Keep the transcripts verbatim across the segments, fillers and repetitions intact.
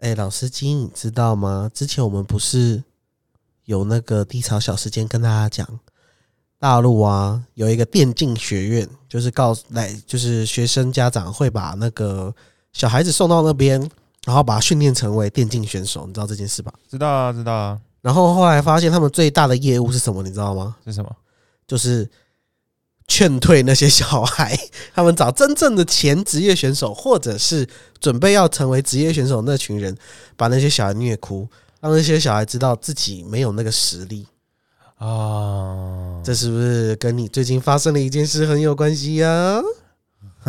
哎、欸，老司机，你知道吗？之前我们不是有那个低潮小时间跟大家讲，大陆啊有一个电竞学院，就是告来就是学生家长会把那个小孩子送到那边，然后把他训练成为电竞选手，你知道这件事吧？ 知道啊，知道啊。 然后后来发现他们最大的业务是什么？你知道吗？ 是什么？ 就是劝退那些小孩，他们找真正的前职业选手，或者是准备要成为职业选手那群人，把那些小孩虐哭，让那些小孩知道自己没有那个实力啊、哦。这是不是跟你最近发生的一件事很有关系呀、啊？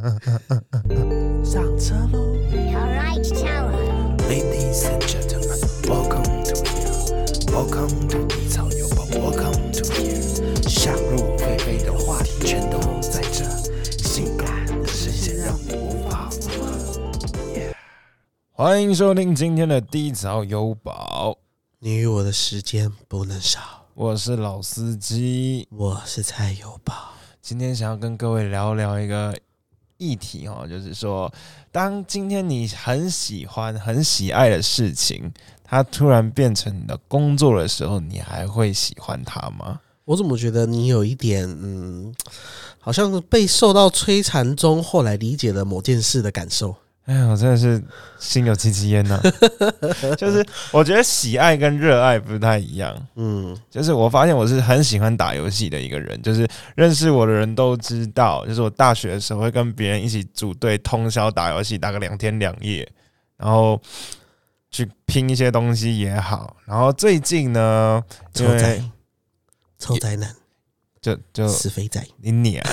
上车喽 ！Alright, tower. Ladies and gentlemen, welcome to here. Welcome to 低潮有宝 Welcome to here. 想入非非的话题全都在这，性感的视线让你无法负荷。Yeah. 欢迎收听今天的低潮有宝， 你与我的时间不能少。 我是老司机， 我是蔡有宝。 今天想要跟各位聊聊一个议题，就是说，当今天你很喜欢、很喜爱的事情，它突然变成你的工作的时候，你还会喜欢它吗？ 我怎么觉得你有一点，嗯，好像是被受到摧残中，后来理解了某件事的感受。 哎呀，我真的是心有戚戚焉呐。就是我觉得喜爱跟热爱不太一样。嗯，就是我发现我是很喜欢打游戏的一个人，就是认识我的人都知道，就是我大学的时候会跟别人一起组队通宵打游戏，打个两天两夜，然后去拼一些东西也好。然后最近呢， 臭宅，臭宅男， 就就死肥仔， 你娘！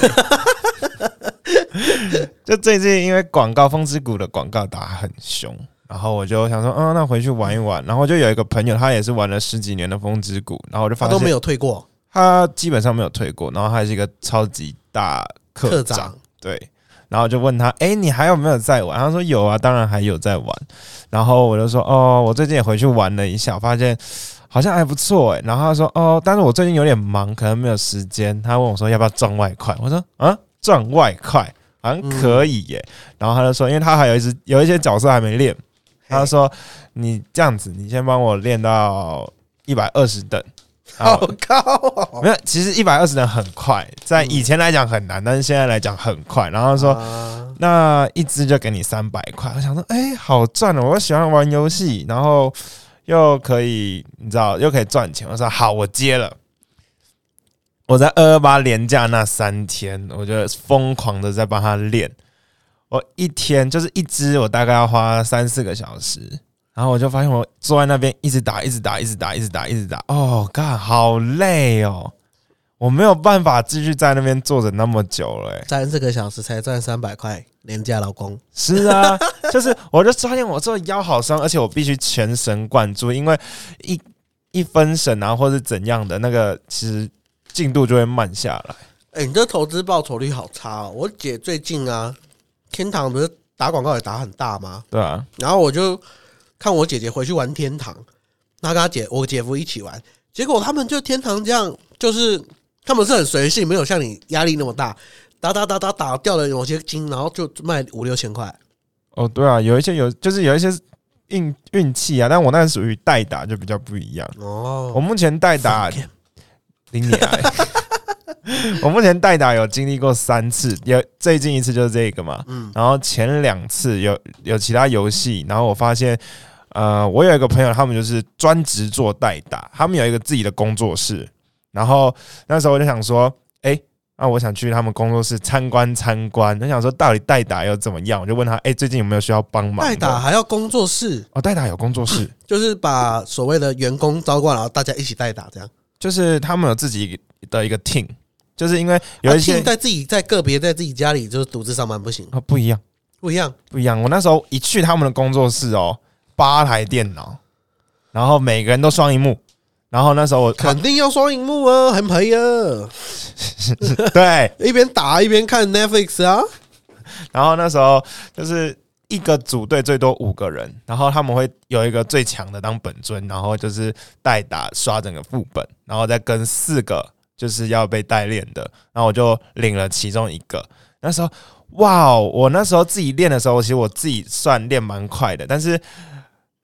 就最近因为广告风之谷的广告打很凶，然后我就想说，嗯，那回去玩一玩。然后就有一个朋友，他也是玩了十几年的风之谷，然后我就发现他都没有退过， 他基本上没有退过。然后他是一个超级大课长，长对。然后我就问他，哎、欸，你还有没有在玩？他说有啊，当然还有在玩。然后我就说，哦，我最近也回去玩了一下，我发现好像还不错哎。然后他说，哦，但是我最近有点忙，可能没有时间。他问我说要不要赚外快？我说，啊，赚外快。好像可以耶、嗯，然后他就说，因为他还有一只有一些角色还没练，他就说你这样子，你先帮我练到一百二十等， 好高哦！ 没有，其实一百二十等很快，在以前来讲很难，但是现在来讲很快。然后说，啊、那一只就给你三百块。我想说，哎、欸，好赚哦！我喜欢玩游戏，然后又可以，你知道，又可以赚钱。我说好，我接了。我在二二八连假那三天，我就疯狂的在帮他练。我一天就是一支，我大概要花三四个小时。然后我就发现我坐在那边一直打，一直打，一直打，一直打，一直打。哦，干，好累哦！我没有办法继续在那边坐着那么久了、欸。 三四个小时才赚三百块，廉价劳工。 是啊，就是我就发现我这腰好伤，而且我必须全神贯注，因为一一分神啊，或是怎样的那个，其实。进度就会慢下来。 哎、欸，你这投资报酬率好差哦！我姐最近啊，天堂不是打广告也打很大吗？ 对啊。 然后我就看我姐姐回去玩天堂，然后跟她姐我姐夫一起玩，结果他们就天堂这样，就是他们是很随性，没有像你压力那么大，打打打打打掉了某些金，然后就卖五六千块。 哦，对啊，有一些有就是有一些运运气啊，但我那是属于代打，就比较不一样。哦，我目前代打。零年我目前代打有经历过三次，有最近一次就是这个嘛，嗯，然后前两次有有其他游戏，然后我发现，呃，我有一个朋友，他们就是专职做代打，他们有一个自己的工作室，然后那时候我就想说，哎、欸，那、啊、我想去他们工作室参观参观，我想说到底代打又怎么样，我就问他，哎、欸，最近有没有需要帮忙？ 代打还要工作室？ 哦，代打有工作室， 就是把所谓的员工招过来，然后大家一起代打这样。 就是他们有自己的一个 team， 就是因为有一些、 啊、team 在自己在个别在自己家里就是独自上班不行、 哦、不一样， 不一样， 不一样。我那时候一去他们的工作室哦，八台电脑，然后每个人都双萤幕，然后那时候我肯定要双萤幕啊，很赔啊。 对， 一边打一边看 Netflix 啊。 然后那时候就是一个组队最多五个人，然后他们会有一个最强的当本尊，然后就是代打刷整个副本，然后再跟四个就是要被代练的，然后我就领了其中一个。那时候哇，我那时候自己练的时候，其实我自己算练蛮快的，但是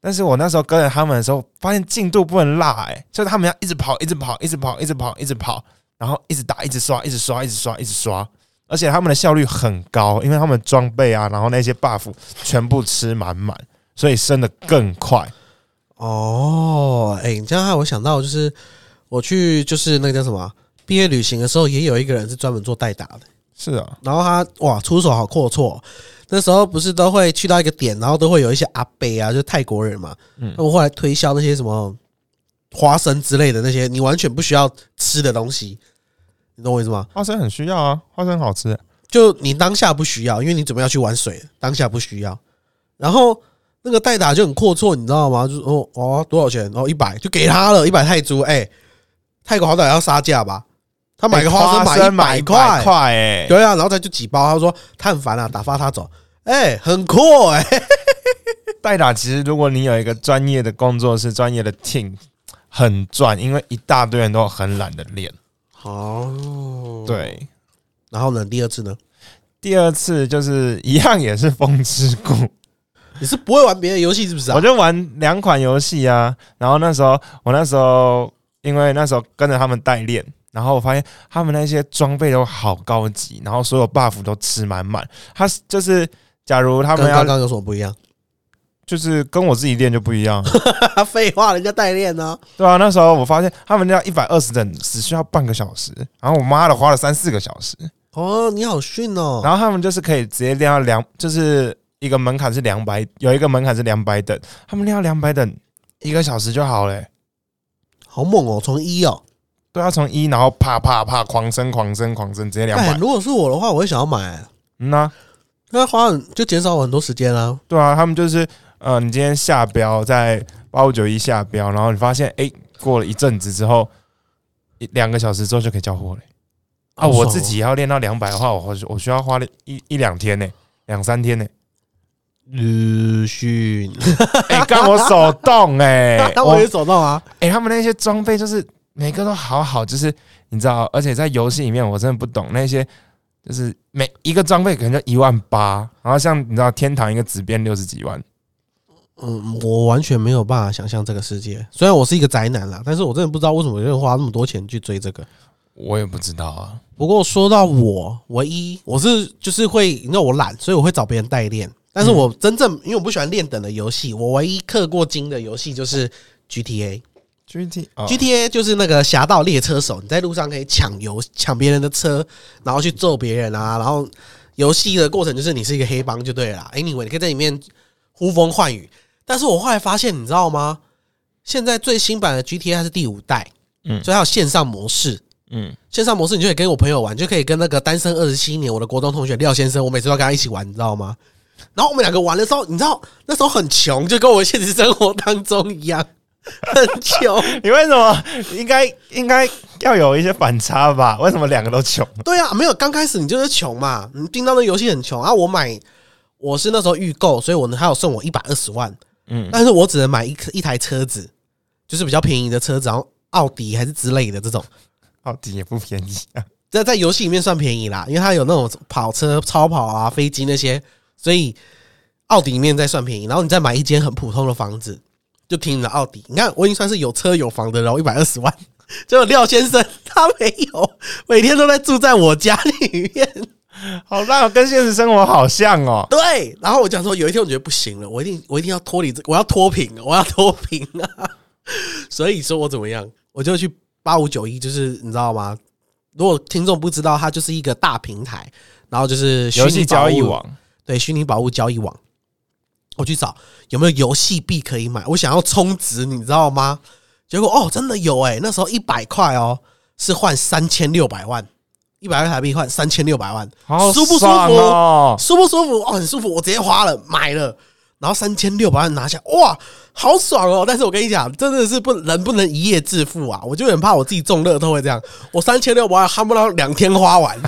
但是我那时候跟着他们的时候，发现进度不能落，哎，就是他们要一直跑，一直跑，一直跑，一直跑，一直跑，然后一直打，一直刷，一直刷，一直刷，一直刷，而且他们的效率很高，因为他们装备啊，然后那些 buff 全部吃满满，所以升得更快。 哦，哎、欸，你这样害我想到，就是我去就是那个叫什么毕业旅行的时候，也有一个人是专门做代打的。 是啊， 然后他哇出手好阔绰，那时候不是都会去到一个点，然后都会有一些阿伯啊，就是泰国人嘛，嗯，他们后来推销那些什么花生之类的那些你完全不需要吃的东西，你懂我意思吗？ 花生很需要啊，花生好吃， 就你当下不需要，因为你准备要去玩水，当下不需要。然后那个代打就很阔绰，你知道吗？就是哦哦多少钱？哦一百就给他了，一百泰铢，哎、欸，泰国好歹要杀价吧？他买个花生买一百块，哎，对啊，然后再就几包。他说他很烦啊，打发他走，哎、欸，很酷哎、欸。 代打其实如果你有一个专业的工作室、专业的 team， 很赚，因为一大堆人都很懒得练。 哦， 对。 然后呢？第二次呢？ 第二次就是一样，也是风之谷。 你是不会玩别的游戏是不是、啊？ 我就玩两款游戏啊。然后那时候，我那时候因为那时候跟着他们代练。然后我发现他们那些装备都好高级，然后所有 buff 都吃满满。他就是假如他们要刚刚有什么不一样？ 就是跟我自己练就不一样。 废话，人家代练呢。 对啊，那时候我发现他们要一百二十等只需要半个小时，然后我妈的花了三四个小时。 哦，你好逊哦。 然后他们就是可以直接练到两，就是一个门槛是两百，有一个门槛是两百等，他们练到两百等一个小时就好了、欸。 好猛哦，从一哦。 对啊，从一然后啪啪啪狂升狂升狂升，直接两百。 如果是我的话，我会想要买。 嗯呐、啊， 那花很就减少我很多时间啊。 对啊，他们就是呃，你今天下标在八五九一下标，然后你发现哎、欸，过了一阵子之后，两个小时之后就可以交货了、欸。啊，我自己要练到两百的话，我我需要花一一两天呢、欸，两三天呢、欸。 日训， 哎，干我手动哎、欸， 我也手动啊。 哎、欸，他们那些装备就是。每个都好好，就是你知道，而且在游戏里面，我真的不懂那些，就是每一个装备可能就一万八，然后像你知道天堂一个纸变六十几万， 嗯，我完全没有办法想象这个世界。虽然我是一个宅男啦，但是我真的不知道为什么有人花那么多钱去追这个。 我也不知道啊。 不过说到我，唯一我是就是会，你知道我懒，所以我会找别人代练。但是我真正因为我不喜欢练等的游戏，我唯一氪过金的游戏就是 G T A。G T A、哦、G T A 就是那个侠盗猎车手，你在路上可以抢油抢别人的车，然后去揍别人啊。然后游戏的过程就是你是一个黑帮就对了啦。Anyway， 你可以在里面呼风唤雨。但是我后来发现，你知道吗？现在最新版的 G T A 它是第五代，嗯，所以它有线上模式，嗯，线上模式你就可以跟我朋友玩，就可以跟那个单身二十七年我的国中同学廖先生，我每次都跟他一起玩，你知道吗？然后我们两个玩的时候，你知道那时候很穷，就跟我现实生活当中一样。很穷， 你为什么应该应该要有一些反差吧？为什么两个都穷？ 对啊，没有，刚开始你就是穷嘛，你听到那游戏很穷啊。我买，我是那时候预购，所以我还有送我一百二十万，嗯，但是我只能买一一台车子，就是比较便宜的车子，然后奥迪还是之类的这种， 奥迪也不便宜啊， 在在游戏里面算便宜啦，因为它有那种跑车、超跑啊、飞机那些，所以奥迪里面再算便宜。然后你再买一间很普通的房子。就停了奥迪，你看我已经算是有车有房的人，一百二十万。结果廖先生他没有，每天都在住在我家里面， 好烂，跟现实生活好像哦。 对，然后我讲说，有一天我觉得不行了，我一定我一定要脱离这，我要脱贫，我要脱贫啊！所以说我怎么样，我就去八五九一，就是你知道吗？如果听众不知道，它就是一个大平台，然后就是游戏交易网， 对，虚拟宝物交易网。我去找有没有游戏币可以买，我想要充值，你知道吗？结果哦，真的有哎、欸，那时候一百块哦，是换三千六百万，一百块台币换三千六百万， 好舒不舒服？ 哦、 舒不舒服？哦，很舒服，我直接花了买了，然后三千六百万拿下，哇，好爽哦！但是我跟你讲，真的是不人不能一夜致富啊，我就很怕我自己中乐透会这样，我三千六百万恨不得两天花完。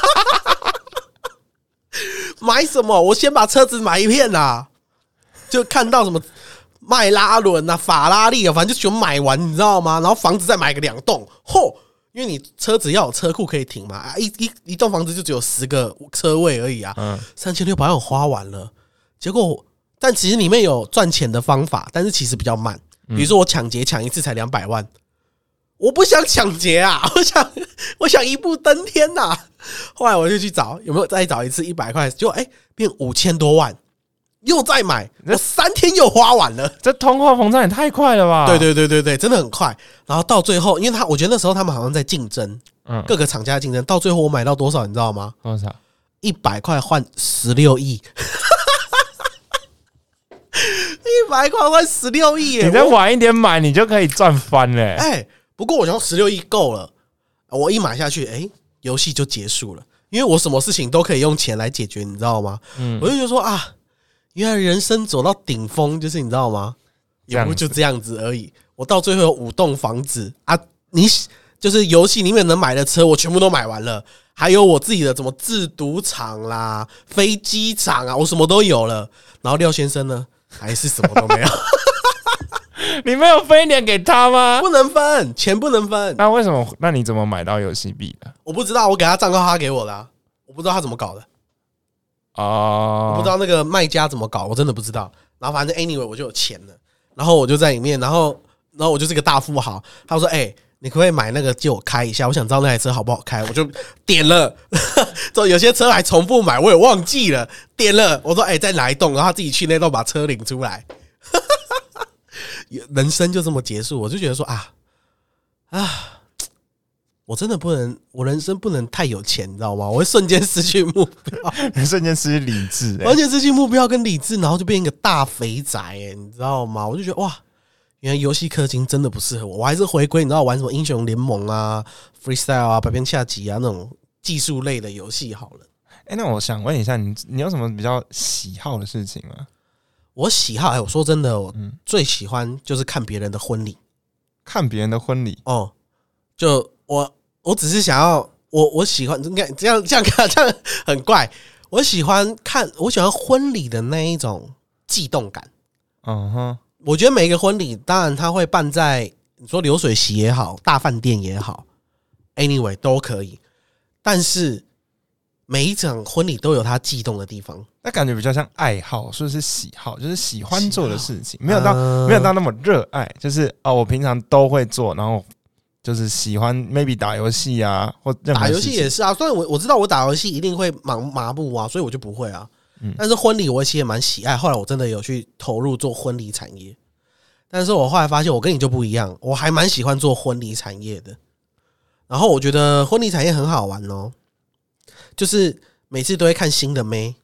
买什么？我先把车子买一片啊。就看到什么迈拉伦啊、法拉利啊，反正就全买完，你知道吗？然后房子再买个两栋，嚯！因为你车子要有车库可以停嘛，一一一栋房子就只有十个车位而已啊。嗯，三千六百万花完了，结果但其实里面有赚钱的方法，但是其实比较慢。比如说我抢劫抢一次才两百万，我不想抢劫啊，我想我想一步登天呐、啊。后来我就去找有没有再找一次一百块，结果哎变五千多万，又再买，我三天又花完了。 这通货膨胀也太快了吧？ 对对对对对，真的很快。然后到最后，因为他我觉得那时候他们好像在竞争，嗯，各个厂家竞争，到最后我买到多少你知道吗？ 多少？ 一百块换十六亿。一百块换十六亿， 你再晚一点买，你就可以赚翻了、欸。 哎、欸，不过我想十六亿够了，我一买下去，哎、欸，游戏就结束了，因为我什么事情都可以用钱来解决，你知道吗？嗯，我就觉得说啊，原来人生走到顶峰就是你知道吗？也不就这样子而已。我到最后有五栋房子啊，你就是游戏里面能买的车，我全部都买完了，还有我自己的什么制毒厂啦、飞机场啊，我什么都有了。然后廖先生呢？还是什么都没有。 你没有分一点给他吗？ 不能分，钱不能分。 那为什么？那你怎么买到游戏币的？ 我不知道，我给他账号，他给我的、啊，我不知道他怎么搞的。 哦， 我不知道那个卖家怎么搞，我真的不知道。然后反正 anyway 我就有钱了，然后我就在里面，然后然后我就是个大富豪。他说：“哎、欸，你可不可以买那个借我开一下？我想知道那台车好不好开。”我就点了，就有些车还重复买，我也忘记了。点了，我说：“哎、欸，在哪一栋？”然后他自己去那栋把车领出来。人生就这么结束，我就觉得说啊啊，我真的不能，我人生不能太有钱，你知道吗？我会瞬间失去目标， 瞬间失去理智、欸， 完全失去目标跟理智，然后就变一个大肥宅、欸，你知道吗？我就觉得哇，原来游戏氪金真的不适合我，我还是回归你知道玩什么英雄联盟啊、freestyle 啊、百变下级啊那种技术类的游戏好了。 哎、欸，那我想问一下，你你有什么比较喜好的事情吗？ 我喜好，哎、欸，我说真的，我最喜欢就是看别人的婚礼， 看别人的婚礼哦。就我，我只是想要，我我喜欢，应该这样这样看，这样很怪。我喜欢看，我喜欢婚礼的那一种悸动感。 嗯哼， 我觉得每个婚礼，当然它会办在你说流水席也好，大饭店也好 ，anyway 都可以，但是。每一场婚礼都有它悸动的地方， 那感觉比较像爱好，说是喜好，就是喜欢做的事情，没有到、呃、没有到那么热爱，就是哦，我平常都会做，然后就是喜欢 maybe 打游戏啊，或任何打游戏也是啊。虽然我我知道我打游戏一定会麻麻木啊，所以我就不会啊。嗯、但是婚礼我其实也蛮喜爱，后来我真的有去投入做婚礼产业，但是我后来发现我跟你就不一样，我还蛮喜欢做婚礼产业的。然后我觉得婚礼产业很好玩哦。就是每次都会看新的妹，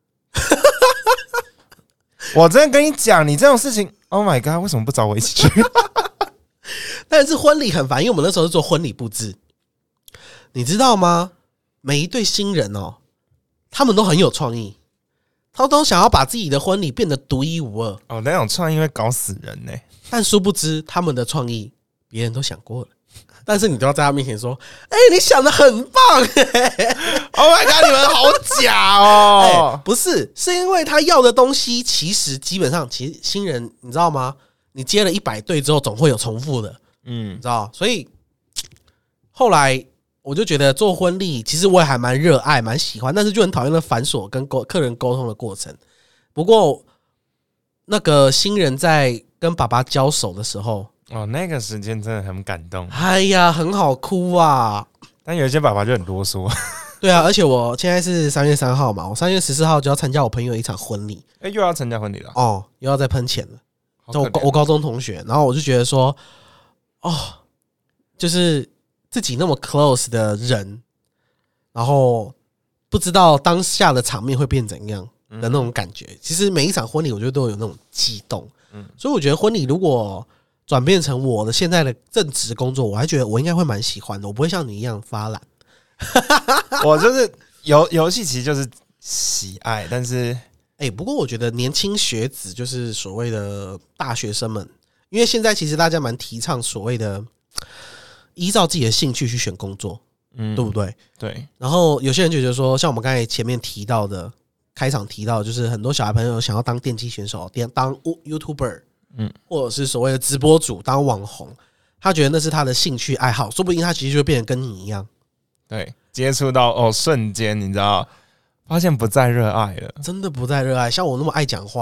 我真的跟你讲，你这种事情 ，Oh my god， 为什么不找我一起去？ 但是婚礼很烦，因为我们那时候是做婚礼布置，你知道吗？每一对新人哦，他们都很有创意，他都想要把自己的婚礼变得独一无二。 哦，那种创意会搞死人呢、欸。 但殊不知，他们的创意别人都想过了。但是你都要在他面前说：“哎、欸，你想的很棒、欸、 ！”Oh my god， 你们好假哦、 欸！不是，是因为他要的东西其实基本上，其实新人你知道吗？你接了一百对之后，总会有重复的，嗯，你知道？所以后来我就觉得做婚礼，其实我也还蛮热爱、蛮喜欢，但是就很讨厌那繁琐跟沟客人沟通的过程。不过那个新人在跟爸爸交手的时候。 哦，那个时间真的很感动。 哎呀，很好哭啊！ 但有一些爸爸就很啰嗦。 对啊，而且我现在是三月三号嘛，我三月十四号就要参加我朋友一场婚礼。 哎、欸，又要参加婚礼了哦，又要再喷钱了。就我我高中同学，然后我就觉得说，哦，就是自己那么 close 的人，然后不知道当下的场面会变怎样的那种感觉。嗯、其实每一场婚礼，我觉得都有那种激动。嗯，所以我觉得婚礼如果转变成我的现在的正职工作，我还觉得我应该会蛮喜欢的，我不会像你一样发懒。 我就是游游戏，其实就是喜爱，但是哎、欸，不过我觉得年轻学子就是所谓的大学生们，因为现在其实大家蛮提倡所谓的依照自己的兴趣去选工作，嗯，对不对？ 对。 然后有些人就觉得说，像我们刚才前面提到的，开场提到，就是很多小孩朋友想要当电竞选手，当 YouTuber。嗯，或者是所谓的直播主当网红，他觉得那是他的兴趣爱好，说不定他其实就会变得跟你一样， 对，接触到哦，瞬间你知道，发现不再热爱了， 真的不再热爱。像我那么爱讲话，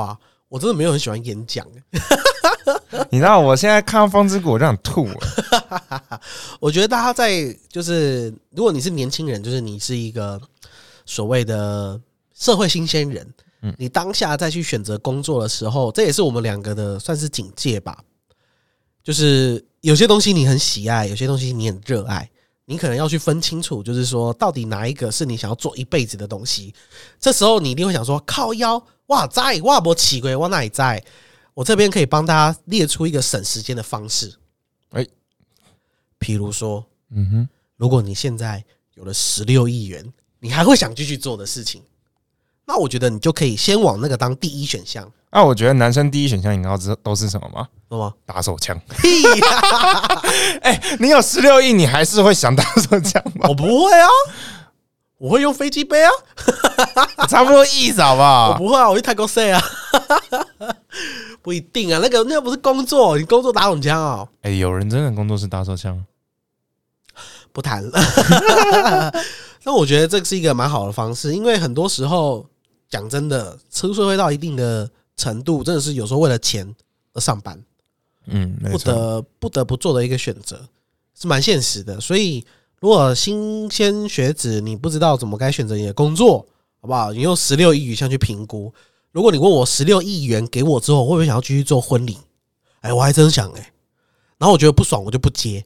我真的没有很喜欢演讲。 你知道我现在看到《风之谷》我就想吐了。 我觉得大家在就是，如果你是年轻人，就是你是一个所谓的社会新鲜人，嗯，你当下再去选择工作的时候，这也是我们两个的算是警戒吧。就是有些东西你很喜爱，有些东西你很热爱，你可能要去分清楚，就是说到底哪一个是你想要做一辈子的东西。这时候你一定会想说，靠腰，哇在，哇没起鬼，我哪里在？我这边可以帮大家列出一个省时间的方式。哎、欸，譬如说，嗯哼，如果你现在有了十六亿元，你还会想继续做的事情，那我觉得你就可以先往那个当第一选项。 啊，我觉得男生第一选项你知道都是什么吗？ 什么？ 打手枪。哎、欸，你有十六亿，你还是会想打手枪吗？ 我不会啊，我会用飞机杯啊， 差不多意思好不好？ 我不会啊，我去泰国 say 啊。不一定啊，那个那个不是工作，你工作打手枪哦。 哎、欸，有人真的工作是打手枪， 不谈了。但我觉得这是一个蛮好的方式，因为很多时候讲真的，出社会到一定的程度，真的是有时候为了钱而上班， 嗯， 不得不得不做的一个选择，是蛮现实的。所以，如果新鲜学子你不知道怎么该选择你的工作，好不好？你用十六亿项去评估。如果你问我十六亿元给我之后，我会不会想要继续做婚礼？哎、欸，我还真想哎、欸。然后我觉得不爽，我就不接。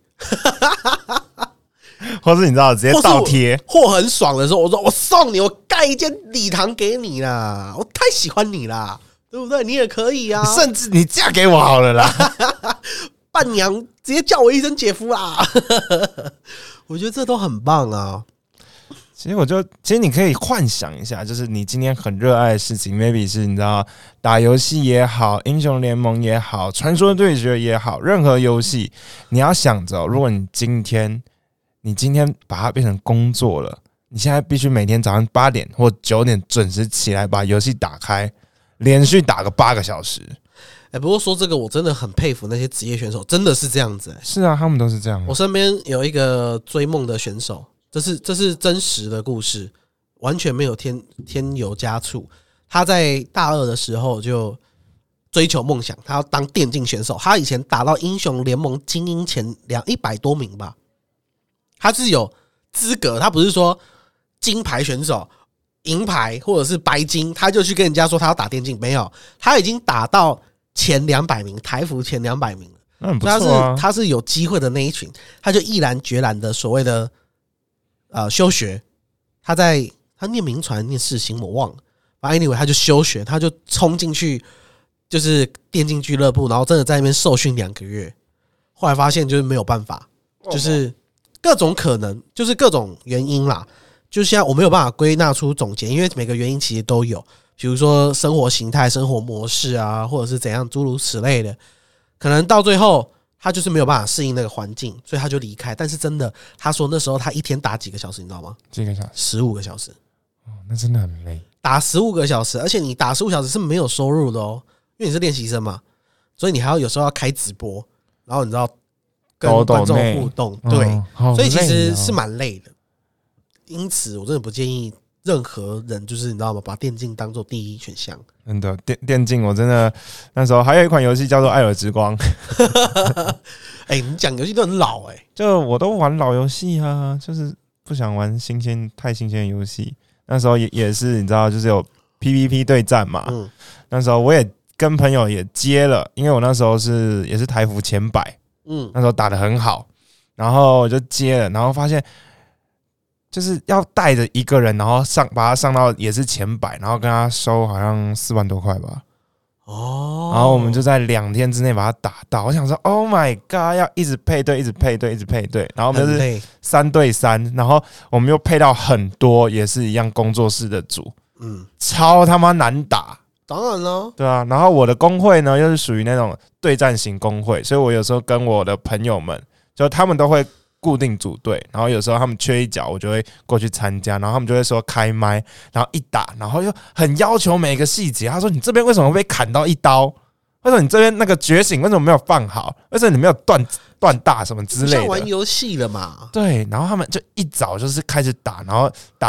或是你知道直接倒贴， 或很爽的时候，我说我送你，我盖一间礼堂给你啦，我太喜欢你啦，对不对？你也可以啊， 甚至你嫁给我好了啦， 伴娘直接叫我一声姐夫啦。我觉得这都很棒啊。 其实我就，其实你可以幻想一下，就是你今天很热爱的事情 ，maybe 是你知道打游戏也好，英雄联盟也好，传说对决也好，任何游戏，你要想着、哦，如果你今天你今天把它变成工作了，你现在必须每天早上八点或九点准时起来把游戏打开，连续打个八个小时。 哎、欸，不过说这个，我真的很佩服那些职业选手，真的是这样子、欸。 是啊，他们都是这样。 我身边有一个追梦的选手。这是这是真实的故事，完全没有添添油加醋。他在大二的时候就追求梦想，他要当电竞选手。他以前打到英雄联盟精英前两一百多名吧，他是有资格。他不是说金牌选手、银牌或者是白金，他就去跟人家说他要打电竞，没有，他已经打到前两百名，台服前两百名了。 那很不错啊。 他是他是有机会的那一群，他就毅然决然的所谓的。呃，休学，他在他念名传念世新，我忘了。反正 anyway， 他就休学，他就冲进去，就是电竞俱乐部，然后真的在那边受训两个月。后来发现就是没有办法，就是各种可能，就是各种原因啦。就现在我没有办法归纳出总结，因为每个原因其实都有，比如说生活形态、生活模式啊，或者是怎样诸如此类的，可能到最后。他就是没有办法适应那个环境，所以他就离开。但是真的，他说那时候他一天打几个小时，你知道吗？ 几个小时？ 十五个小时。 哦，那真的很累。 打十五个小时，而且你打十五小时是没有收入的哦，因为你是练习生嘛，所以你还要有时候要开直播，然后你知道跟观众互动，对， 哦、 所以其实是蛮累的。因此，我真的不建议任何人，就是你知道吗？把电竞当做第一选项。 真的电电竞，我真的那时候还有一款游戏叫做《艾尔之光》。 哎、欸，你讲游戏都很老哎、欸， 就我都玩老游戏啊，就是不想玩新鲜太新鲜的游戏。那时候也也是你知道，就是有 P V P 对战嘛。嗯，那时候我也跟朋友也接了，因为我那时候是也是台服前百，嗯，那时候打得很好，然后我就接了，然后发现。就是要带着一个人，然后上把他上到也是前百，然后跟他收好像四万多块吧。哦，然后我们就在两天之内把他打到。我想说 ，Oh my god， 要一直配对，一直配对，一直配对。然后我们就是三对三，然后我们又配到很多，也是一样工作室的组，嗯，超他妈难打。 当然了， 对啊。然后我的工会呢，又是属于那种对战型工会，所以我有时候跟我的朋友们，就他们都会。固定组队，然后有时候他们缺一角，我就会过去参加，然后他们就会说开麦，然后一打，然后又很要求每个细节。他说：“你这边为什么被砍到一刀？为什么你这边那个觉醒为什么没有放好？为什么你没有断断大什么之类的？” 像玩游戏了嘛？ 对，然后他们就一早就是开始打，然后打个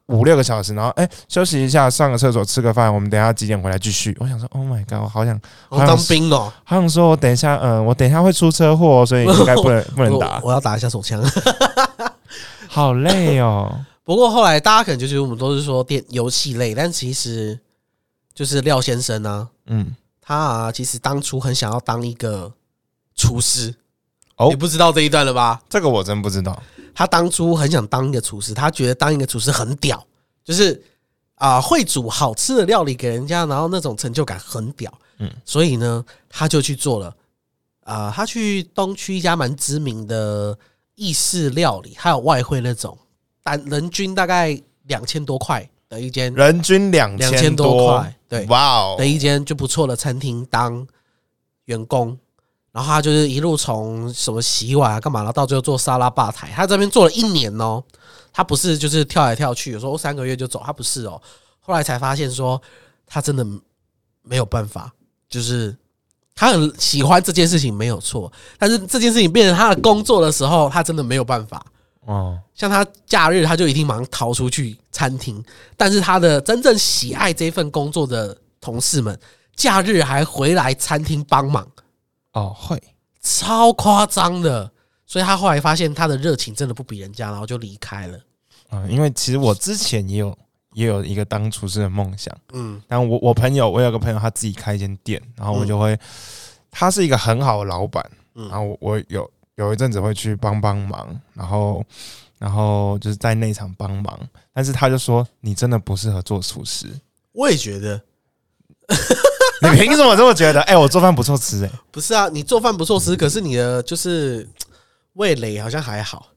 五六个小时，然后哎、欸、休息一下，上个厕所，吃个饭，我们等一下几点回来继续。我想说 ，Oh my god， 我好想， 我当兵哦， 好想说，我等一下，嗯、呃，我等一下会出车祸，所以应该不能不能打我，我要打一下手枪， 好累哦。 不过后来大家可能就觉得我们都是说电游戏类，但其实就是廖先生啊，嗯，他啊其实当初很想要当一个厨师。哦，你不知道这一段了吧？ 这个我真不知道。 他当初很想当一个厨师，他觉得当一个厨师很屌，就是啊、呃、会煮好吃的料理给人家，然后那种成就感很屌。嗯，所以呢，他就去做了啊、呃，他去东区一家蛮知名的意式料理，还有外汇那种，但人均大概两千多块的一间， 人均两千多块，对， 哇哦， 的一间就不错的餐厅当员工。然后他就是一路从什么洗碗啊干嘛，然后到最后做沙拉吧台。他这边做了一年哦，他不是就是跳来跳去，有时候三个月就走，他不是哦。后来才发现说，他真的没有办法，就是他很喜欢这件事情没有错，但是这件事情变成他的工作的时候，他真的没有办法。哦，像他假日他就一定马上逃出去餐厅，但是他的真正喜爱这份工作的同事们，假日还回来餐厅帮忙。 哦，会超夸张的，所以他后来发现他的热情真的不比人家，然后就离开了。 嗯，因为其实我之前也有也有一个当厨师的梦想，嗯，但我我朋友我有个朋友他自己开一间店，然后我就会，嗯、他是一个很好的老板，嗯、然后我我有有一阵子会去帮帮忙，然后然后就是在内场帮忙，但是他就说你真的不适合做厨师， 我也觉得。 你凭什么这么觉得？哎、欸，我做饭不错吃哎、欸。 不是啊，你做饭不错吃，可是你的就是味蕾好像还好。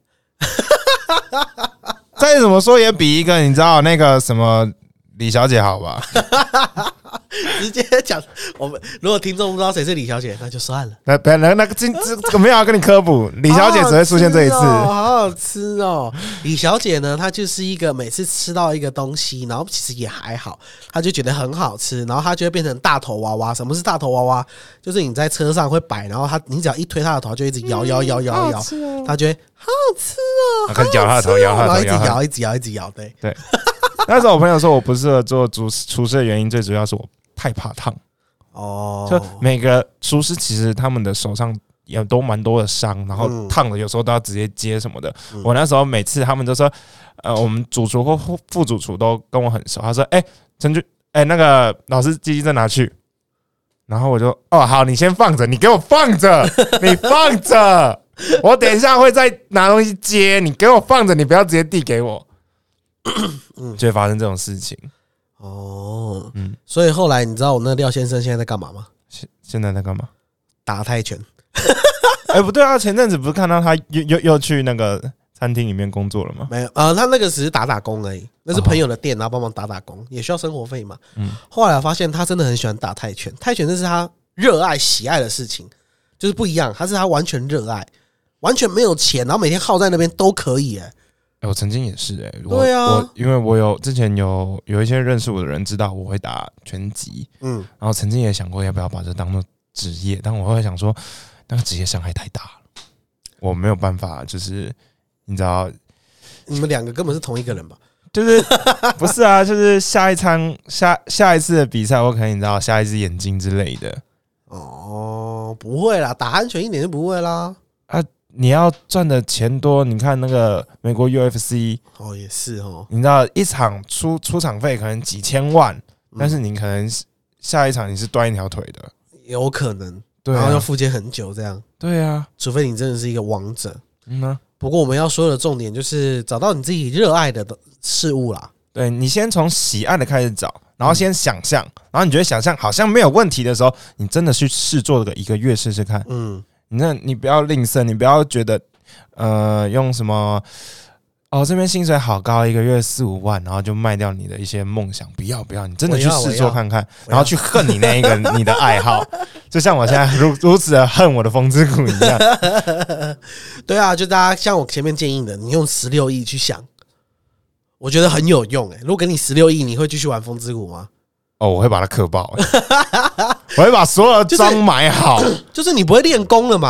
再怎么说也比一个你知道那个什么李小姐好吧？ 直接讲，我们如果听众不知道谁是李小姐，那就算了。 那本来那个这这个没有要跟你科普，李小姐只会出现这一次， 好好吃哦。李小姐呢，她就是一个每次吃到一个东西，然后其实也还好，她就觉得很好吃，然后她就会变成大头娃娃。什么是大头娃娃？就是你在车上会摆，然后她你只要一推她的头，就一直摇摇摇摇摇，她就会好好吃哦， 开始摇她的头，摇她的头， 然后一直摇，一直摇，一直摇，对对。那时候我朋友说我不适合做厨厨师的原因，最主要是我太怕烫哦。就每个厨师其实他们的手上也都蛮多的伤，然后烫的有时候都要直接接什么的。嗯、我那时候每次他们都说，呃，我们主厨或副主厨都跟我很熟，他说：“哎、欸，陈俊，哎、欸，那个老师机器再拿去。”然后我就哦好，你先放着，你给我放着，你放着，我等一下会再拿东西接，你给我放着，你不要直接递给我。就会发生这种事情哦，嗯，所以后来你知道我那廖先生现在在干嘛吗？ 现现在在干嘛？ 打泰拳。 哎、欸，不对啊，前阵子不是看到他又又又去那个餐厅里面工作了吗？ 没有，呃，他那个只是打打工而已，那是朋友的店，然后帮忙打打工，也需要生活费嘛。嗯，后来我发现他真的很喜欢打泰拳，泰拳这是他热爱喜爱的事情，就是不一样，他是他完全热爱，完全没有钱，然后每天耗在那边都可以、欸，哎。 欸、我曾经也是哎、欸，我对啊， 我因为我有之前有有一些认识我的人知道我会打拳击，嗯，然后曾经也想过要不要把这当做职业，但我后来想说那个职业伤害太大了，我没有办法，就是你知道， 你们两个根本是同一个人吧？ 就是不是啊，就是下一场下下一次的比赛，我可能你知道下一只眼睛之类的。 哦，不会啦，打安全一点就不会啦。 啊。你要赚的钱多，你看那个美国 U F C 哦，也是哦。 你知道一场出出场费可能几千万，嗯、但是你可能下一场你是断一条腿的， 有可能， 对、啊， 然后要复健很久这样。 对啊， 除非你真的是一个王者。 嗯啊。 不过我们要说的重点就是找到你自己热爱的事物啦。 对，你先从喜爱的开始找，然后先想象，嗯、然后你觉得想象好像没有问题的时候，你真的去试做个一个月试试看。嗯。那你不要吝啬，你不要觉得，呃，用什么哦，这边薪水好高，一个月四五万，然后就卖掉你的一些梦想。不要不要，你真的去试做看看，然后去恨你那一个你的爱好，就像我现在如如此的恨我的风之谷一样。 对啊，就大家像我前面建议的，你用十六亿去想，我觉得很有用哎、欸。如果给你十六亿，你会继续玩风之谷吗？ 哦，我会把它嗑爆、欸，我会把所有的装买好、 就是，就是你不会练功了嘛？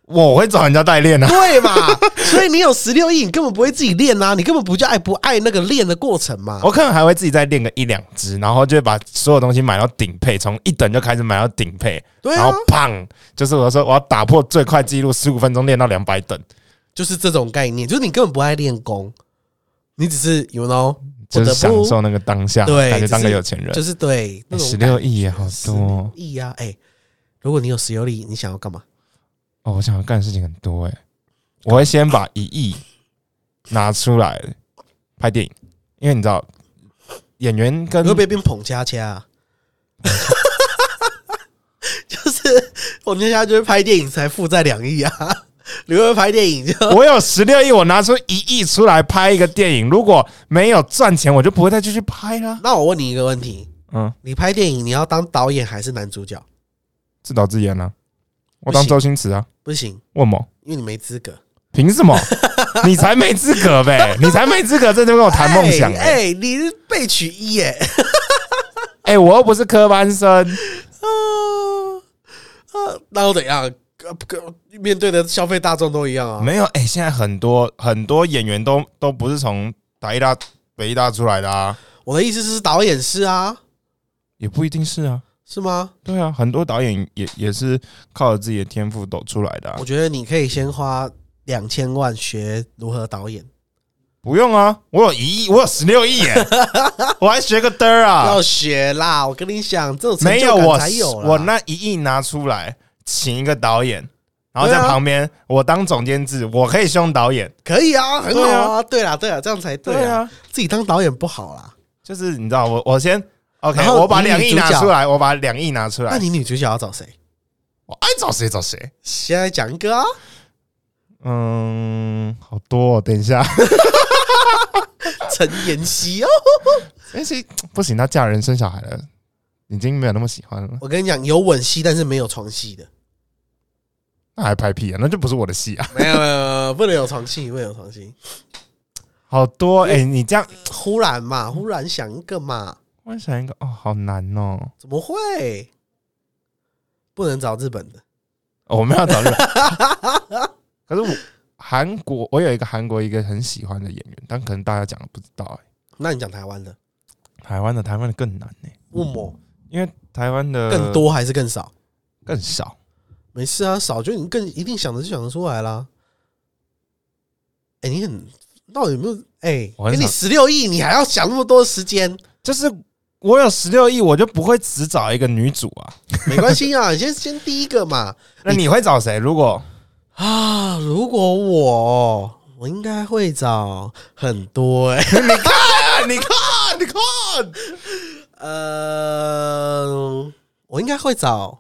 我会找人家代练啊。 对嘛？所以你有十六亿，你根本不会自己练啊，你根本不叫爱不爱那个练的过程嘛。 我可能还会自己再练个一两支，然后就会把所有东西买到顶配，从一等就开始买到顶配， 对啊， 然后砰，就是我说我要打破最快纪录，十五分钟练到两百等， 就是这种概念，就是你根本不爱练功，你只是 you know 就是享受那个当下， 对， 感觉当个有钱人， 就是对那种十六亿也好多亿啊！哎、欸，如果你有十六亿，你想要干嘛？ 哦，我想要干的事情很多哎、欸，我会先把一亿拿出来拍电影，因为你知道演员跟你会不会变捧恰恰、啊？就是捧恰恰就是拍电影才负债两亿啊！你会不会拍电影就？ 我有十六亿，我拿出一亿出来拍一个电影，如果没有赚钱，我就不会再继续拍了。 那我问你一个问题， 嗯， 你拍电影你要当导演还是男主角？ 自导自演啊，我当周星驰啊， 不行， 为什么？ 因为你没资格。 凭什么？你才没资格呗！你才没资格，在这跟我谈梦想哎、欸欸，你是备取一耶、欸！ 哎、欸，我又不是科班生， 啊啊，那又怎样？面对的消费大众都一样啊。 没有哎、欸，现在很多很多演员都都不是从台艺大、北艺大出来的啊。 我的意思是导演是啊， 也不一定是啊。 是吗？ 对啊，很多导演也也是靠着自己的天赋抖出来的、啊。 我觉得你可以先花两千万学如何导演。 不用啊，我有一亿，我有十六亿耶，我还学个嘚儿啊！ 要学啦，我跟你讲，这种成没有我就感才有啦。 我那一亿拿出来，请一个导演，然后在旁边、啊、我当总监制，我可以凶导演， 可以啊，很好啊。对啦，对啦，这样才对啊。 对啊， 自己当导演不好啦。 就是你知道，我我先 OK， 我把两亿拿出来，我把两亿拿出来。 那你女主角要找谁？ 我爱找谁找谁。 现在讲一个啊。 嗯，好多、哦，等一下。 陈妍希哦， 妍希不行，她嫁人生小孩了，已经没有那么喜欢了。 我跟你讲，有吻戏，但是没有床戏的， 那还拍屁啊？那就不是我的戏啊！ 没有没有，不能有床戏，不能有床戏。 好多哎、欸，你这样忽然嘛，忽然想一个嘛， 忽然想一个哦，好难哦！ 怎么会？不能找日本的， 哦、我们要找日本。可是我韩国，我有一个韩国一个很喜欢的演员，但可能大家讲的不知道哎、欸。 那你讲台湾的？ 台湾的台湾的更难哎、欸， 为什么？ 因为台湾的更多还是更少？ 更少。 没事啊，少就你更一定想得就想得出来啦。哎、欸，你很到底有没有？哎、欸，给你十六亿，你还要想那么多时间？ 就是我有十六亿，我就不会只找一个女主啊。 没关系啊，你先先第一个嘛。 那你会找谁？如果啊，如果我，我应该会找很多哎、 欸。你看，你看，你看， 呃，我应该会找，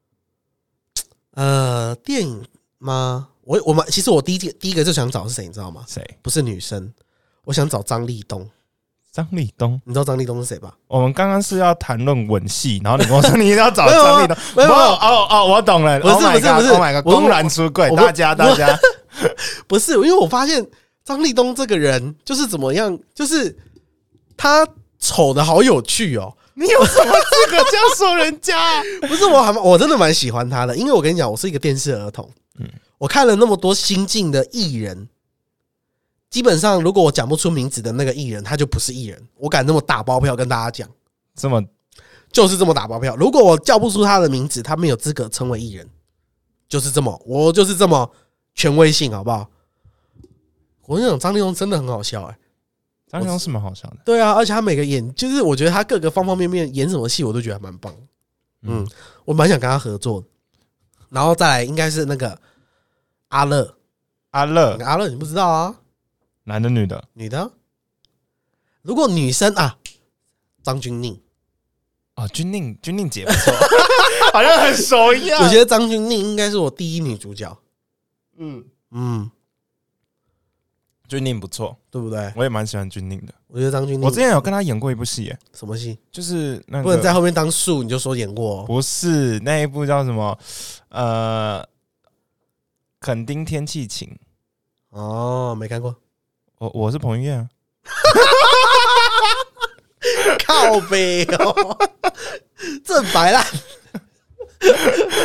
呃，电影吗？我我们其实我第一件第一个就想找是谁，你知道吗？ 谁？ 不是女生，我想找张立东。 张立东， 你知道张立东是谁吧？ 我们刚刚是要谈论吻戏，然后你跟我说你一定要找张立东， 没有哦哦，我懂了， 不是不是不是 ，Oh my god， 公然出柜，大家大家不是，因为我发现张立东这个人就是怎么样，就是他丑的好有趣哦。 你有什么资格这样说人家？ 不是，我还我真的蛮喜欢他的，因为我跟你讲，我是一个电视儿童，嗯，我看了那么多新进的艺人。基本上，如果我讲不出名字的那个艺人，他就不是艺人。我敢那么打包票跟大家讲， 这么就是这么打包票。如果我叫不出他的名字，他没有资格称为艺人，就是这么，我就是这么权威性，好不好？我跟你讲，张立东真的很好笑哎、欸， 张立东是蛮好笑的， 对啊，而且他每个演，就是我觉得他各个方方面面演什么戏，我都觉得蛮棒。嗯，我蛮想跟他合作。然后再来应该是那个阿乐， 阿乐， 阿乐你不知道啊？ 男的女的？ 女的。如果女生啊，张钧甯。 哦，钧甯，钧甯姐不错，好像很熟一样。 我觉得张钧甯应该是我第一女主角。 嗯嗯， 钧甯不错， 对不对？ 我也蛮喜欢钧甯的。 我觉得张钧甯， 我之前有跟他演过一部戏， 什么戏？ 就是那个不能在后面当树，你就说演过、哦？ 不是，那一部叫什么？呃，垦丁天气晴。 哦，没看过。 我我是彭于晏啊。 靠北哦，正白烂。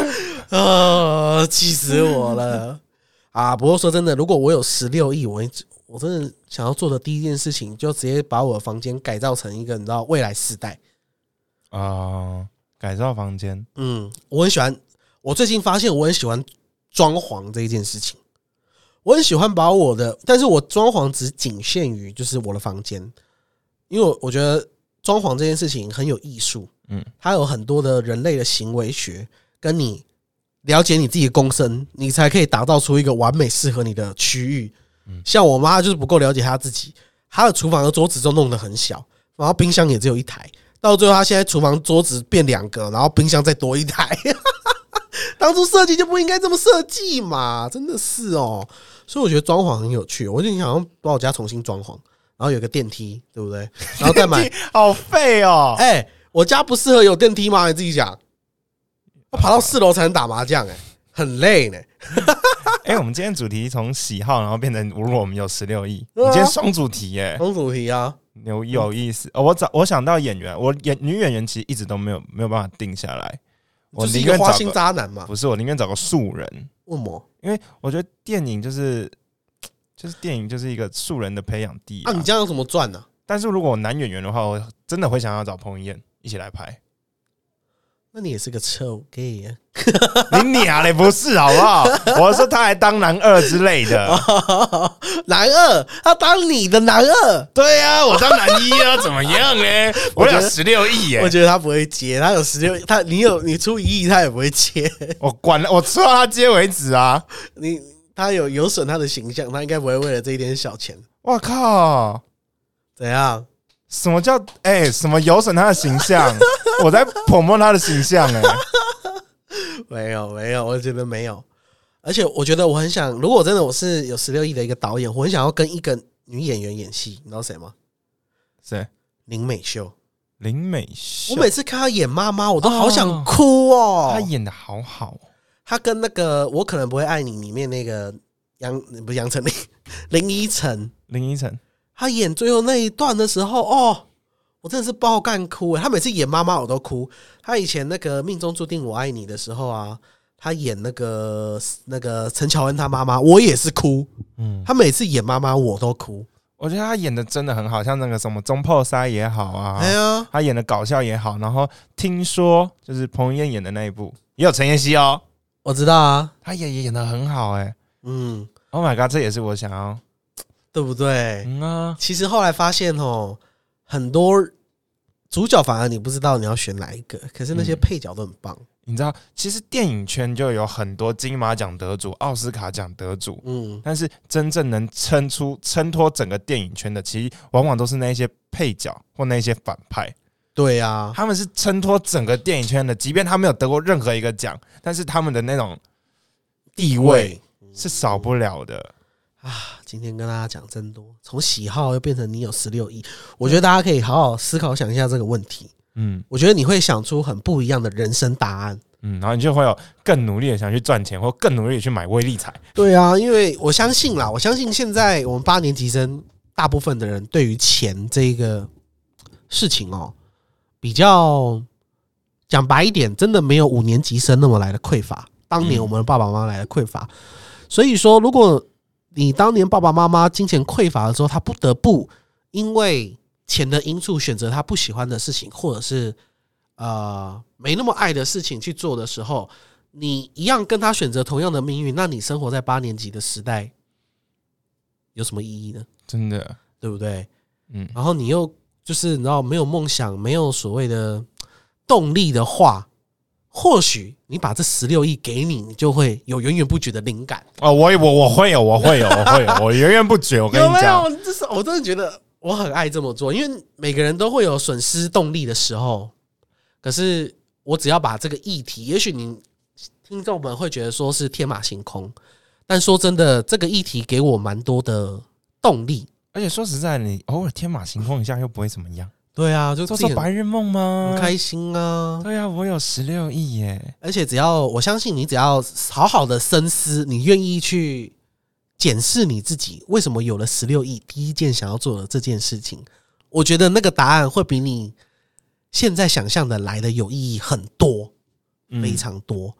啊，气死我了啊！不过说真的，如果我有十六亿，我我真的想要做的第一件事情，就直接把我的房间改造成一个你知道未来时代啊、呃，改造房间。 嗯，我很喜欢。我最近发现我很喜欢装潢这一件事情。我很喜欢把我的，但是我装潢只仅限于就是我的房间，因为我觉得装潢这件事情很有艺术。嗯，它有很多的人类的行为学，跟你了解你自己的公身，你才可以打造出一个完美适合你的区域。嗯，像我妈就是不够了解她自己，她的厨房的桌子都弄得很小，然后冰箱也只有一台，到最后她现在厨房桌子变两个，然后冰箱再多一台。当初设计就不应该这么设计嘛，真的是哦。所以我觉得装潢很有趣，我就想要把我家重新装潢，然后有个电梯，对不对？然后再买， 好废哦！ 哎、欸。我家不适合有电梯吗？你自己讲。我爬到四楼才能打麻将，哎，很累呢。 哎、欸，我们今天主题从喜好，然后变成如果我们有十六亿，你今天双主题耶、欸， 双主题啊， 有有意思。哦、我找我想到演员，我演女演员其实一直都没有没有办法定下来。我就是一个花心渣男嘛。 不是，我宁愿找个素人。 为什么？ 因为我觉得电影就是就是电影就是一个素人的培养地啊。 啊，你这样有什么赚呢、啊？ 但是如果我男演员的话，我真的会想要找彭于晏一起来拍。 那你也是个臭 gay 啊！ 你娘嘞，不是好不好？我说他还当男二之类的， 男二，他当你的男二。 对啊，我当男一啊，怎么样呢？我有十六亿耶！ 我觉得他不会接，他有十六，他你有你出一亿，他也不会接。 我管了，我吃到他接为止啊！ 你他有有损他的形象，他应该不会为了这一点小钱。 我靠！ 怎样？ 什么叫哎、欸？什么有损他的形象？我在捧摸他的形象哎、欸！ 没有没有，我觉得没有。而且我觉得我很想，如果真的我是有十六亿的一个导演，我很想要跟一个女演员演戏，你知道谁吗？ 谁？ 林美秀。 林美秀， 我每次看她演妈妈，我都好想哭哦。 她演的好好、哦。 她跟那个《我可能不会爱你》里面那个杨不是杨丞琳，林依晨， 林依晨。 他演最后那一段的时候，哦，我真的是爆干哭诶！他每次演妈妈我都哭。他以前那个《命中注定我爱你》的时候啊，他演那个那个陈乔恩他妈妈，我也是哭。嗯，他每次演妈妈我都哭。 我觉得他演的真的很好，像那个什么中破塞也好啊， 哎呀， 他演的搞笑也好。然后听说就是彭于晏演的那一部也有陈妍希哦， 我知道啊， 他也演的很好哎、欸。嗯 ，Oh my god， 这也是我想要。 对不对？ 嗯啊， 其实后来发现哦，很多主角反而你不知道你要选哪一个，可是那些配角都很棒。嗯、 你知道，其实电影圈就有很多金马奖得主、奥斯卡奖得主，嗯，但是真正能撑出、衬托整个电影圈的，其实往往都是那些配角或那些反派。 对啊， 他们是衬托整个电影圈的，即便他没有得过任何一个奖，但是他们的那种地位是少不了的。 啊，今天跟大家讲真多，从喜好又变成你有十六亿，我觉得大家可以好好思考想一下这个问题。嗯，我觉得你会想出很不一样的人生答案。 嗯，然后你就会有更努力的想去赚钱，或更努力的去买威力彩。 对啊，因为我相信啦，我相信现在我们八年级生大部分的人对于钱这一个事情哦，比较讲白一点，真的没有五年级生那么来的匮乏。当年我们的爸爸妈妈来的匮乏，所以说如果你当年爸爸妈妈金钱匮乏的时候，他不得不因为钱的因素选择他不喜欢的事情，或者是呃没那么爱的事情去做的时候，你一样跟他选择同样的命运，那你生活在八年级的时代有什么意义呢？ 真的， 对不对？嗯，然后你又就是你知道没有梦想，没有所谓的动力的话，或许你把这十六亿给你，你就会有源源不绝的灵感。 哦，我我我会有，我会有，我会有，我源源不绝。我跟你讲， 有没有？这是我真的觉得我很爱这么做，因为每个人都会有损失动力的时候。可是我只要把这个议题，也许你听众们会觉得说是天马行空，但说真的，这个议题给我蛮多的动力。 而且说实在，你偶尔天马行空一下又不会怎么样。 对啊，就做做白日梦吗？ 很开心啊！ 对啊，我有十六亿耶！ 而且只要我相信你，只要好好的深思，你愿意去检视你自己，为什么有了十六亿，第一件想要做的这件事情，我觉得那个答案会比你现在想象的来的有意义很多，非常多。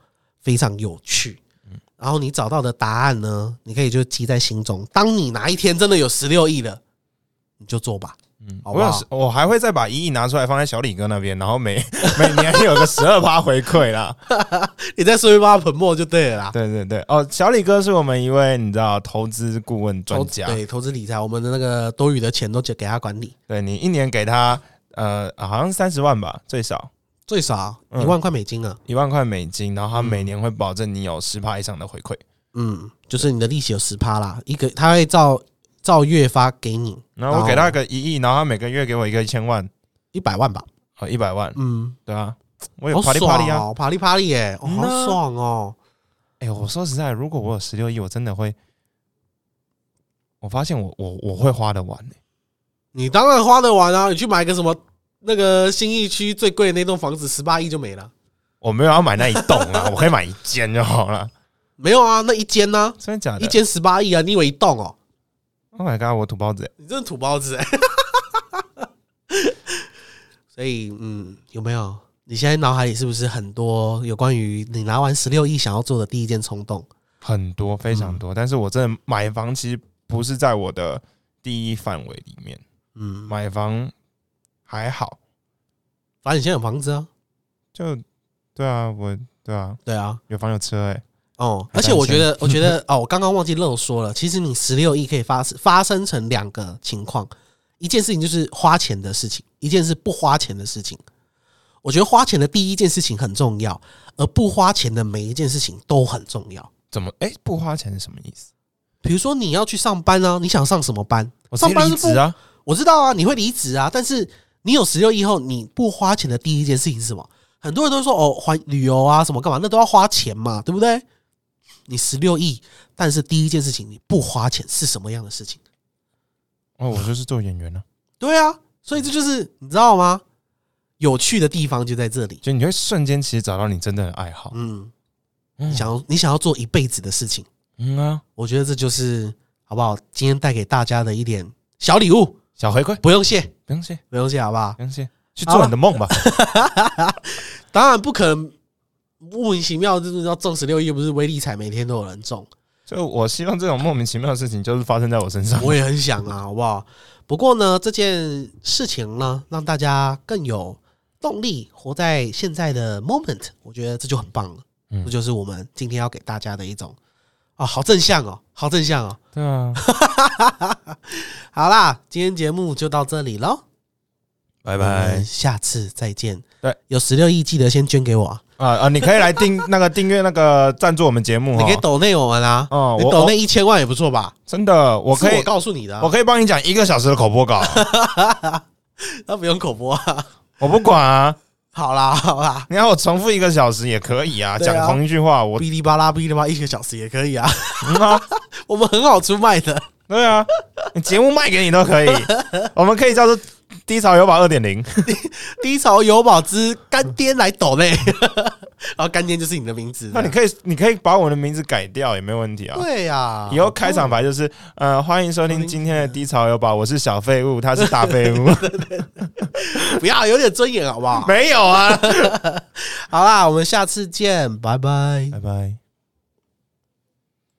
非常有趣。然后你找到的答案呢，你可以就记在心中。当你哪一天真的有十六亿了，你就做吧。嗯，好不好？ 我有，我还会再把一亿拿出来放在小李哥那边，然后每每年有个十二趴回馈啦。 你再顺便帮他捧墨就对了啦。 对对对，哦，小李哥是我们一位你知道投资顾问专家， 对投资理财，我们的那个多余的钱都给他管理。 对你一年给他呃好像三十万吧，最少最少一万块美金啊， 一万块美金，然后他每年会保证你有十趴以上的回馈。 嗯，就是你的利息有十趴啦，一个他会照照月发给你， 然后我给他个一亿，然后他每个月给我一个一千万， 一百万吧， 哦，一百万， 嗯， 对啊，我有啪里啪里啊， 啪里啪里耶，哦，好爽哦！ 哎、欸，我说实在，如果我有十六亿，我真的会，我发现我我我会花得完、欸、 你当然花得完啊！你去买个什么那个信义区最贵的那栋房子，十八亿就没了。 我没有要买那一栋啊，我可以买一间就好了。 没有啊，那一间呢、啊？ 真的假的？ 一间十八亿啊！你以为一栋哦 ？Oh my god！ 我土包子、欸， 你真的土包子哎、欸！所以，嗯，有没有？你现在脑海里是不是很多有关于你拿完十六亿想要做的第一件冲动？ 很多，非常多。嗯、但是我真的买房其实不是在我的第一范围里面。嗯，买房还好， 反正你现在有房子啊。 就对啊，我对啊， 对啊， 有房有车哎、欸。 哦，而且我觉得，我觉得哦，我刚刚忘记漏说了，其实你十六亿可以发发生成两个情况，一件事情就是花钱的事情，一件是不花钱的事情。我觉得花钱的第一件事情很重要，而不花钱的每一件事情都很重要。 怎么？哎、欸，不花钱是什么意思？ 比如说你要去上班啊，你想上什么班？ 我上班离职啊， 我知道啊，你会离职啊，但是你有十六亿后，你不花钱的第一件事情是什么？很多人都说哦，环旅游啊什么干嘛，那都要花钱嘛，对不对？你十六亿，但是第一件事情你不花钱是什么样的事情？ 哦，我就是做演员呢、啊。 对啊，所以这就是你知道吗？有趣的地方就在这里， 就你会瞬间其实找到你真正的爱好。嗯， 你想要你想要做一辈子的事情。 嗯啊， 我觉得这就是好不好？今天带给大家的一点小礼物、 小回馈， 不用谢， 不用谢， 不用谢，好不好？ 不用谢，去做你的梦吧。 当然不可能。莫名其妙就是要中十六亿，又不是威力彩每天都有人中。 就我希望这种莫名其妙的事情就是发生在我身上。 我也很想啊，好不好？不过呢，这件事情呢，让大家更有动力活在现在的 moment， 我觉得这就很棒了。嗯，这就是我们今天要给大家的一种啊、哦，好正向哦，好正向哦。 对啊。 好啦，今天节目就到这里咯， 拜拜， 下次再见。 对， 有十六亿记得先捐给我啊。 啊啊！你可以来订那个订阅那个赞助我们节目， 你可以抖内我们啊， 哦， 你抖内一千万也不错吧？ 真的，我可以， 我告诉你的、啊， 我可以帮你讲一个小时的口播稿， 那不用口播啊， 我不管啊。 好啦好啦， 你要我重复一个小时也可以啊，讲、啊、同一句话，我哔哩吧啦哔哩吧啦一个小时也可以啊，嗯啊我们很好出卖的， 对啊，你节目卖给你都可以，我们可以叫做。低潮有宝 二点零， 低潮有宝之干爹来抖内，然后干爹就是你的名字。 那你可以，你可以把我的名字改掉也没问题啊。 对呀、啊， 以后开场白就是呃，欢迎收听今天的低潮有宝，我是小废物，他是大废物。 不要有点尊严好不好？ 没有啊。 好啦，我们下次见，拜拜， 拜拜。